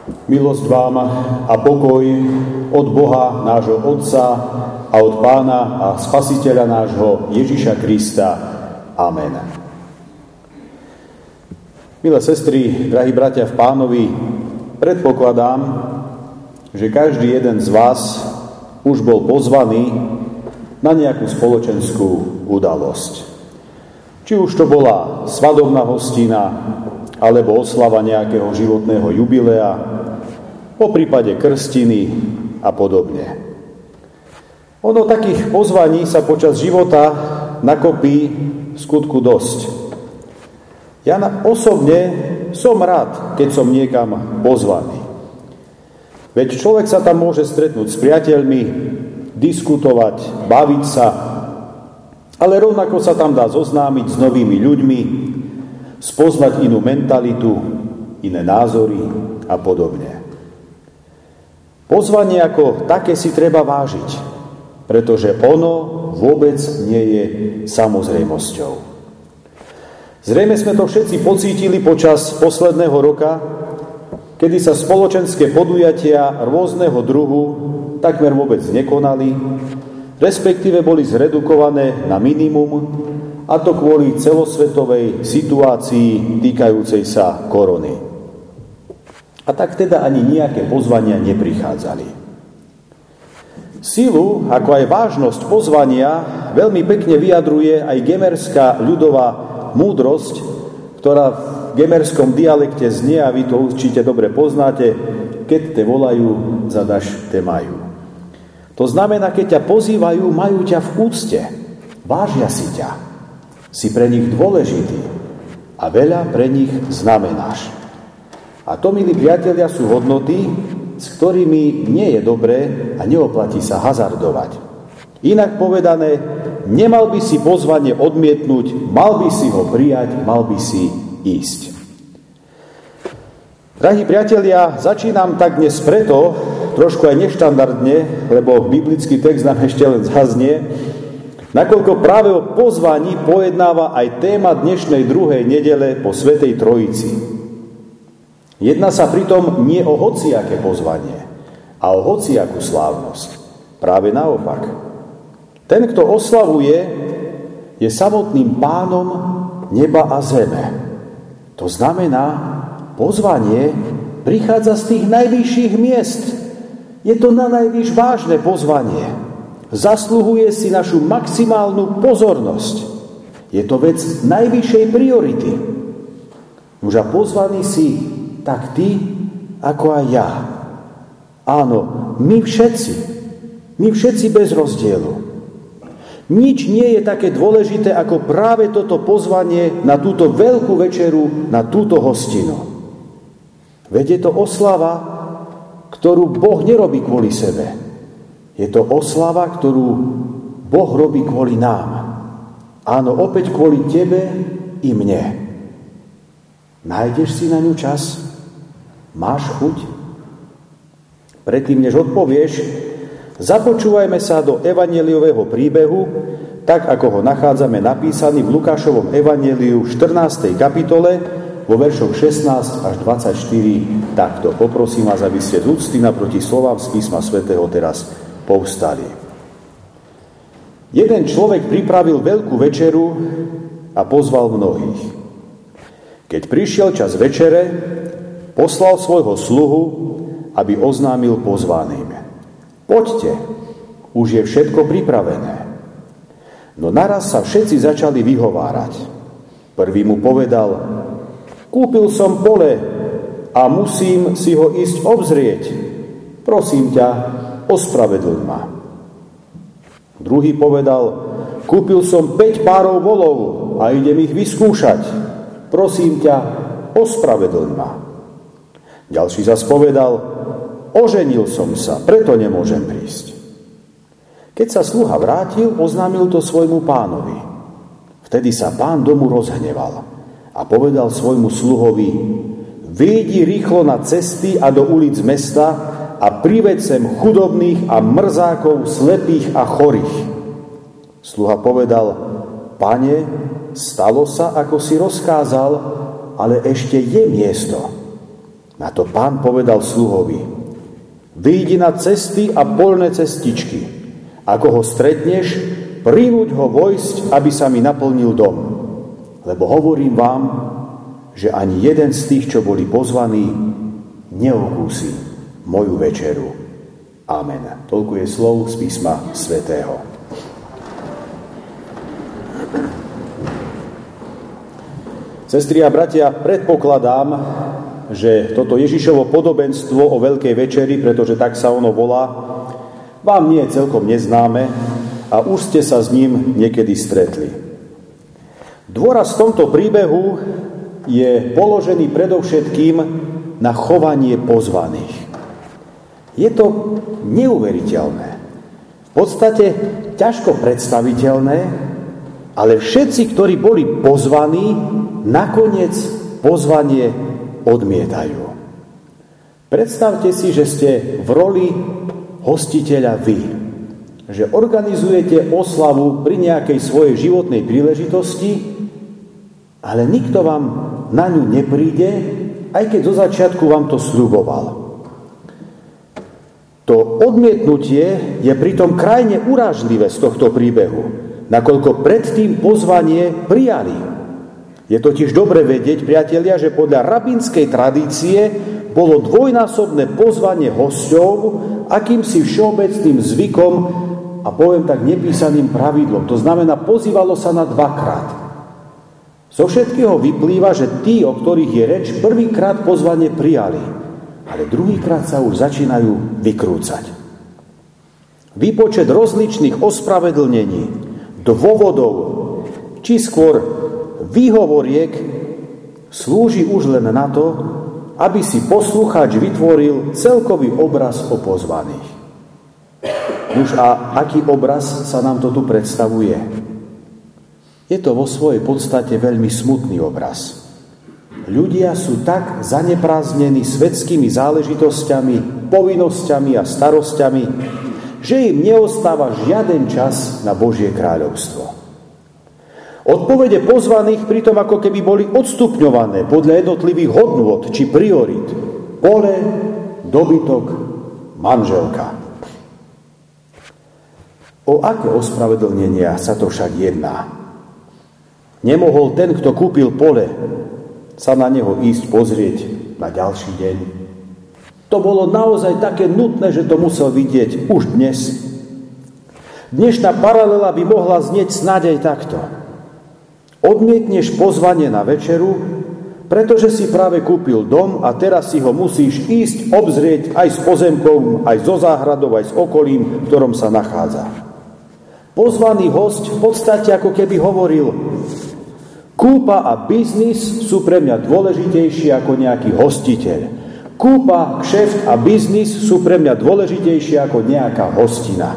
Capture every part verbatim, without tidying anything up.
Milosť vám a pokoj od Boha, nášho Otca a od Pána a Spasiteľa nášho Ježiša Krista. Amen. Milé sestry, drahí bratia v Pánovi, predpokladám, že každý jeden z vás už bol pozvaný na nejakú spoločenskú udalosť. Či už to bola svadobná hostina, alebo oslava nejakého životného jubilea, po prípade krstiny a podobne. Ono takých pozvaní sa počas života nakopí v skutku dosť. Ja osobne som rád, keď som niekam pozvaný. Veď človek sa tam môže stretnúť s priateľmi, diskutovať, baviť sa, ale rovnako sa tam dá zoznámiť s novými ľuďmi, spoznať inú mentalitu, iné názory a podobne. Pozvanie ako také si treba vážiť, pretože ono vôbec nie je samozrejmosťou. Zrejme sme to všetci pocítili počas posledného roka, kedy sa spoločenské podujatia rôzneho druhu takmer vôbec nekonali, respektíve boli zredukované na minimum, a to kvôli celosvetovej situácii týkajúcej sa korony. A tak teda ani nejaké pozvania neprichádzali. Silu, ako aj vážnosť pozvania, veľmi pekne vyjadruje aj gemerská ľudová múdrosť, ktorá v gemerskom dialekte znie, a vy to určite dobre poznáte, keď te volajú, zadaš te majú. To znamená, keď ťa pozývajú, majú ťa v úcte, vážia si ťa, si pre nich dôležitý a veľa pre nich znamenáš. A to, milí priatelia, sú hodnoty, s ktorými nie je dobré a neoplatí sa hazardovať. Inak povedané, nemal by si pozvanie odmietnúť, mal by si ho prijať, mal by si ísť. Drahí priatelia, začínam tak dnes preto, trošku aj neštandardne, lebo biblický text nám ešte len zaznie, nakoľko práve o pozvaní pojednáva aj téma dnešnej druhej nedele po Svätej Trojici. Jedná sa pritom nie o hociaké pozvanie a o hociakú slávnosť. Práve naopak. Ten, kto oslavuje, je samotným Pánom neba a zeme. To znamená, pozvanie prichádza z tých najvyšších miest. Je to na najvyš vážne pozvanie. Zasluhuje si našu maximálnu pozornosť. Je to vec najvyššej priority. Už a pozvaný si tak ty, ako aj ja. Áno, my všetci. My všetci bez rozdielu. Nič nie je také dôležité, ako práve toto pozvanie na túto veľkú večeru, na túto hostinu. Veď je to oslava, ktorú Boh nerobí kvôli sebe. Je to oslava, ktorú Boh robí kvôli nám. Áno, opäť kvôli tebe i mne. Nájdeš si na ňu čas? Máš chuť? Predtým, než odpovieš, započúvajme sa do evanjeliového príbehu, tak ako ho nachádzame napísaný v Lukášovom evanjeliu v štrnástej kapitole vo veršoch šestnásť až dvadsaťštyri. Takto poprosím vás, aby ste z úcty naproti slovám z písma svätého teraz povstali. Jeden človek pripravil veľkú večeru a pozval mnohých. Keď prišiel čas večere, poslal svojho sluhu, aby oznámil pozvaným: Poďte, už je všetko pripravené. No naraz sa všetci začali vyhovárať. Prvý mu povedal: Kúpil som pole a musím si ho ísť obzrieť. Prosím ťa, ospravedlň ma. Druhý povedal: Kúpil som päť párov volov a idem ich vyskúšať. Prosím ťa, ospravedlň ma. Ďalší zas povedal: Oženil som sa, preto nemôžem prísť. Keď sa sluha vrátil, oznámil to svojmu pánovi. Vtedy sa pán domu rozhneval a povedal svojmu sluhovi: Vyjdi rýchlo na cesty a do ulic mesta a priveď sem chudobných a mrzákov, slepých a chorých. Sluha povedal: Pane, stalo sa, ako si rozkázal, ale ešte je miesto. Na to Pán povedal sluhovi: vyjdi na cesty a poľné cestičky. Ako ho stretneš, prinúť ho vojsť, aby sa mi naplnil dom. Lebo hovorím vám, že ani jeden z tých, čo boli pozvaní, neokúsi moju večeru. Amen. Toľko je slov z písma svätého. Sestri a bratia, predpokladám, že toto Ježišovo podobenstvo o Veľkej večeri, pretože tak sa ono volá, vám nie je celkom neznáme a už ste sa s ním niekedy stretli. Dôraz v tomto príbehu je položený predovšetkým na chovanie pozvaných. Je to neuveriteľné. V podstate ťažko predstaviteľné, ale všetci, ktorí boli pozvaní, nakoniec pozvanie odmietajú. Predstavte si, že ste v roli hostiteľa vy. Že organizujete oslavu pri nejakej svojej životnej príležitosti, ale nikto vám na ňu nepríde, aj keď zo začiatku vám to sľuboval. To odmietnutie je pritom krajne urážlivé z tohto príbehu, nakoľko predtým pozvanie prijali. Je totiž dobre vedieť, priatelia, že podľa rabínskej tradície bolo dvojnásobné pozvanie hosťov akýmsi všeobecným zvykom a poviem tak nepísaným pravidlom. To znamená, pozývalo sa na dvakrát. Zo všetkého vyplýva, že tí, o ktorých je reč, prvýkrát pozvanie prijali, ale druhýkrát sa už začínajú vykrúcať. Výpočet rozličných ospravedlnení, dôvodov, či skôr výhovoriek slúži už len na to, aby si poslucháč vytvoril celkový obraz o pozvaných. Už a aký obraz sa nám to tu predstavuje? Je to vo svojej podstate veľmi smutný obraz. Ľudia sú tak zaneprázdnení svetskými záležitosťami, povinnosťami a starosťami, že im neostáva žiaden čas na Božie kráľovstvo. Odpovede pozvaných pritom ako keby boli odstupňované podľa jednotlivých hodnôt či priorit. Pole, dobytok, manželka. O aké ospravedlnenia sa to však jedná? Nemohol ten, kto kúpil pole, sa na neho ísť pozrieť na ďalší deň. To bolo naozaj také nutné, že to musel vidieť už dnes. Dnešná paralela by mohla znieť snáď aj takto. Odmietneš pozvanie na večeru, pretože si práve kúpil dom a teraz si ho musíš ísť obzrieť aj s pozemkom, aj so záhradou, aj s okolím, v ktorom sa nachádza. Pozvaný hosť v podstate ako keby hovoril: kúpa a biznis sú pre mňa dôležitejšie ako nejaký hostiteľ. Kúpa, kšeft a biznis sú pre mňa dôležitejšie ako nejaká hostina.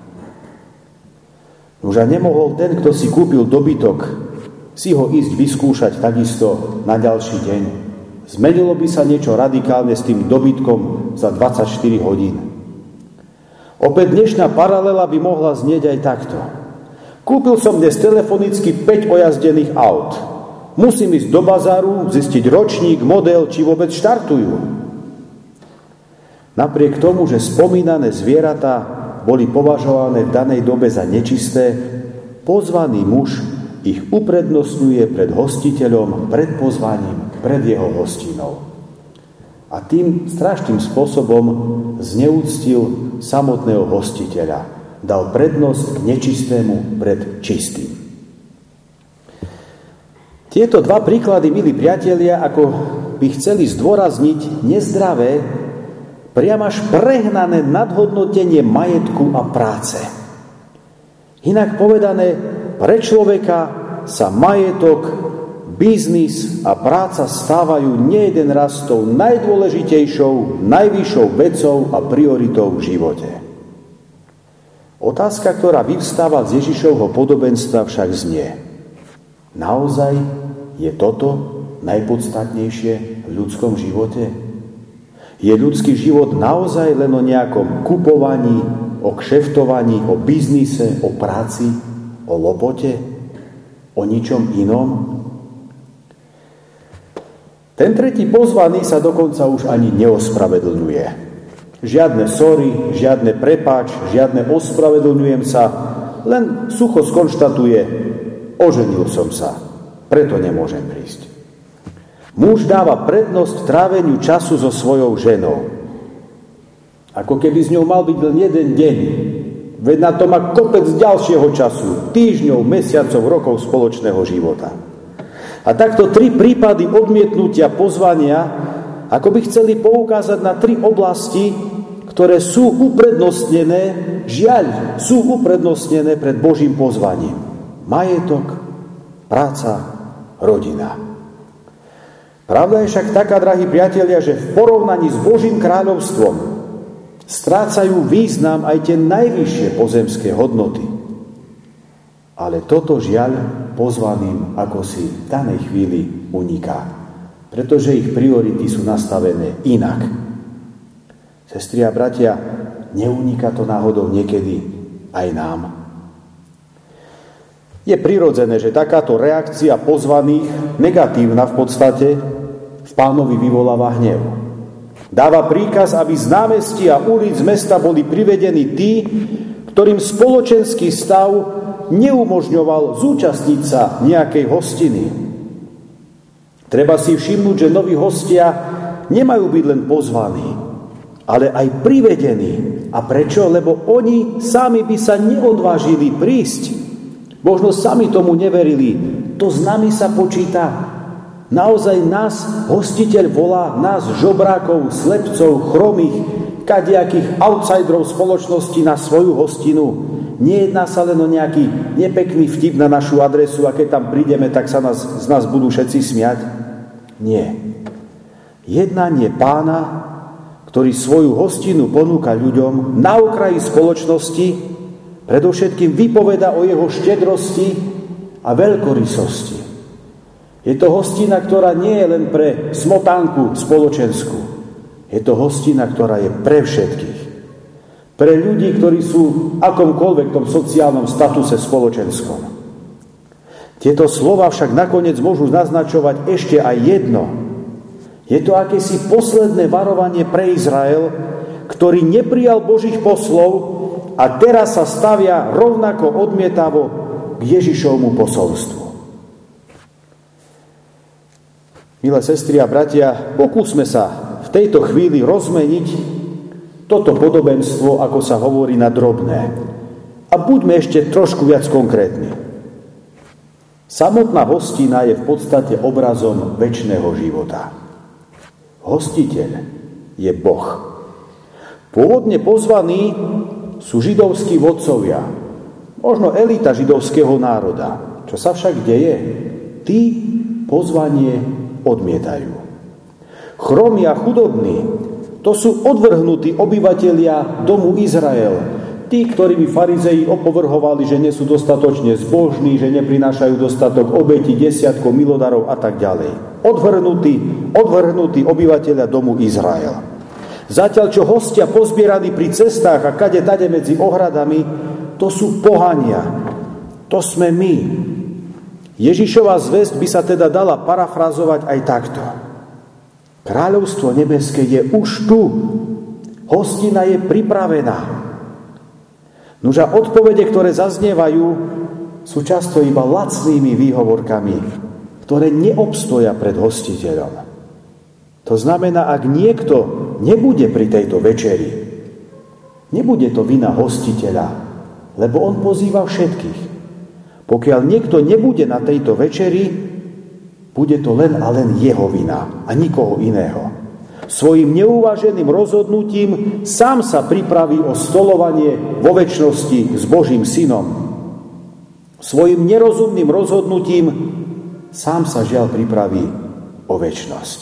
Už a nemohol ten, kto si kúpil dobytok, si ho ísť vyskúšať takisto na ďalší deň. Zmenilo by sa niečo radikálne s tým dobytkom za dvadsaťštyri hodín. Opäť dnešná paralela by mohla znieť aj takto. Kúpil som dnes telefonicky päť ojazdených aut. Musím ísť do bazáru, zistiť ročník, model, či vôbec štartujú. Napriek tomu, že spomínané zvieratá boli považované v danej dobe za nečisté, pozvaný muž ich uprednostňuje pred hostiteľom, pred pozvaním, pred jeho hostinou. A tým strašným spôsobom zneúctil samotného hostiteľa. Dal prednosť k nečistému pred čistým. Tieto dva príklady, milí priatelia, ako by chceli zdôrazniť nezdravé, priam až prehnané nadhodnotenie majetku a práce. Inak povedané, pre človeka sa majetok, biznis a práca stávajú nejeden raz tou najdôležitejšou, najvyššou vecou a prioritou v živote. Otázka, ktorá vyvstáva z Ježišovho podobenstva, však znie: naozaj je toto najpodstatnejšie v ľudskom živote? Je ľudský život naozaj len o nejakom kupovaní, o kšeftovaní, o biznise, o práci, o lopote, o ničom inom? Ten tretí pozvaný sa dokonca už ani neospravedlňuje. Žiadne sorry, žiadne prepáč, žiadne ospravedlňujem sa, len sucho skonštatuje, oženil som sa, preto nemôžem prísť. Muž dáva prednosť tráveniu času so svojou ženou. Ako keby s ňou mal byť len jeden deň. Veď na to má kopec ďalšieho času, týždňov, mesiacov, rokov spoločného života. A takto tri prípady odmietnutia pozvania, ako by chceli poukázať na tri oblasti, ktoré sú uprednostnené, žiaľ, sú uprednostnené pred Božím pozvaním. Majetok, práca, rodina. Pravda je však taká, drahí priatelia, že v porovnaní s Božím kráľovstvom strácajú význam aj tie najvyššie pozemské hodnoty. Ale toto žiaľ pozvaným ako si v danej chvíli uniká, pretože ich priority sú nastavené inak. Sestri a bratia, neuniká to náhodou niekedy aj nám? Je prirodzené, že takáto reakcia pozvaných, negatívna v podstate, v Pánovi vyvoláva hnev. Dáva príkaz, aby z námestí a ulic mesta boli privedení tí, ktorým spoločenský stav neumožňoval zúčastniť sa nejakej hostiny. Treba si všimnúť, že noví hostia nemajú byť len pozvaní, ale aj privedení. A prečo? Lebo oni sami by sa neodvážili prísť. Možno sami tomu neverili. To s nami sa počíta. Naozaj nás hostiteľ volá, nás žobrákov, slepcov, chromých, kadejakých outsiderov spoločnosti na svoju hostinu. Nejedná sa len o nejaký nepekný vtip na našu adresu a keď tam prídeme, tak sa nás, z nás budú všetci smiať. Nie. Jednanie Pána, ktorý svoju hostinu ponúka ľuďom na okraji spoločnosti, predovšetkým vypoveda o jeho štedrosti a veľkorysosti. Je to hostina, ktorá nie je len pre smotánku spoločenskú. Je to hostina, ktorá je pre všetkých. Pre ľudí, ktorí sú v akomkoľvek tom sociálnom statuse spoločenskom. Tieto slova však nakoniec môžu naznačovať ešte aj jedno. Je to akési posledné varovanie pre Izrael, ktorý neprijal Božích poslov a teraz sa stavia rovnako odmietavo k Ježišovmu posolstvu. Milé sestry a bratia, pokúsme sa v tejto chvíli rozmeniť toto podobenstvo, ako sa hovorí, na drobné. A buďme ešte trošku viac konkrétni. Samotná hostina je v podstate obrazom večného života. Hostiteľ je Boh. Pôvodne pozvaní sú židovskí vodcovia, možno elita židovského národa. Čo sa však deje? Tí pozvanie odmietajú. Chromy a chudobní, to sú odvrhnutí obyvatelia domu Izrael. Tí, ktorými farizei opovrhovali, že nie sú dostatočne zbožní, že neprinášajú dostatok obetí, desiatkov, milodarov a tak ďalej. Odvrhnutí, odvrhnutí obyvatelia domu Izrael. Zatiaľ, čo hostia pozbieraní pri cestách a kade tade medzi ohradami, to sú pohania. To sme my. Ježišova zvesť by sa teda dala parafrazovať aj takto. Kráľovstvo nebeské je už tu. Hostina je pripravená. Nuž a odpovede, ktoré zaznievajú, sú často iba lacnými výhovorkami, ktoré neobstoja pred hostiteľom. To znamená, ak niekto nebude pri tejto večeri, nebude to vina hostiteľa, lebo on pozýva všetkých. Pokiaľ niekto nebude na tejto večeri, bude to len a len jeho vina a nikoho iného. Svojím neuváženým rozhodnutím sám sa pripraví o stolovanie vo večnosti s Božím synom. Svojím nerozumným rozhodnutím sám sa žiaľ pripraví o večnosť.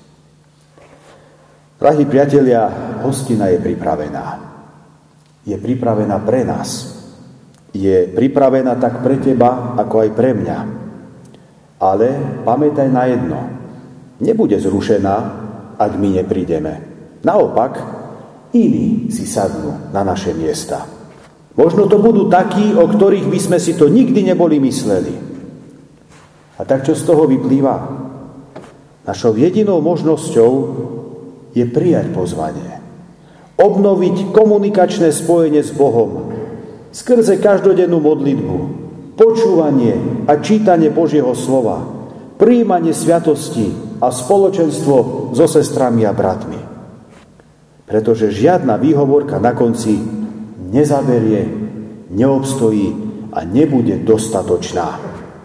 Drahí priatelia, hostina je pripravená. Je pripravená pre nás. Je pripravená tak pre teba, ako aj pre mňa. Ale pamätaj na jedno. Nebude zrušená, ak my neprídeme. Naopak, iní si sadnú na naše miesta. Možno to budú takí, o ktorých by sme si to nikdy neboli mysleli. A tak čo z toho vyplýva? Našou jedinou možnosťou je prijať pozvanie. Obnoviť komunikačné spojenie s Bohom skrze každodennú modlitbu, počúvanie a čítanie Božieho slova, prijímanie sviatosti a spoločenstvo so sestrami a bratmi. Pretože žiadna výhovorka na konci nezaberie, neobstojí a nebude dostatočná.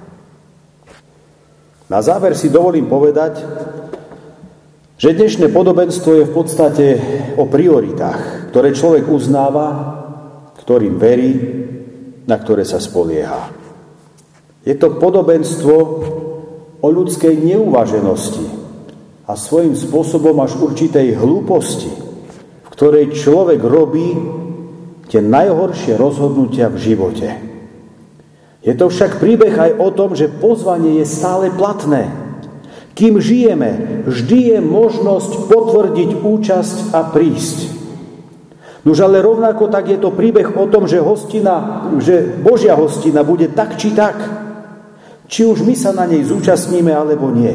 Na záver si dovolím povedať, že dnešné podobenstvo je v podstate o prioritách, ktoré človek uznáva, ktorým verí, na ktoré sa spolieha. Je to podobenstvo o ľudskej neuvaženosti a svojím spôsobom až určitej hlúposti, v ktorej človek robí tie najhoršie rozhodnutia v živote. Je to však príbeh aj o tom, že pozvanie je stále platné. Kým žijeme, vždy je možnosť potvrdiť účasť a prísť. Nuž ale rovnako tak je to príbeh o tom, že hostina, že Božia hostina bude tak či tak, či už my sa na nej zúčastníme alebo nie.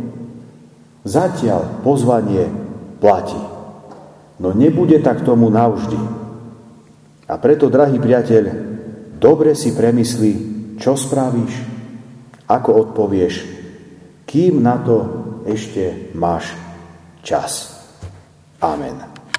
Zatiaľ pozvanie platí. No nebude tak tomu navždy. A preto, drahý priateľ, dobre si premyslí, čo spravíš, ako odpovieš, kým na to ešte máš čas. Amen.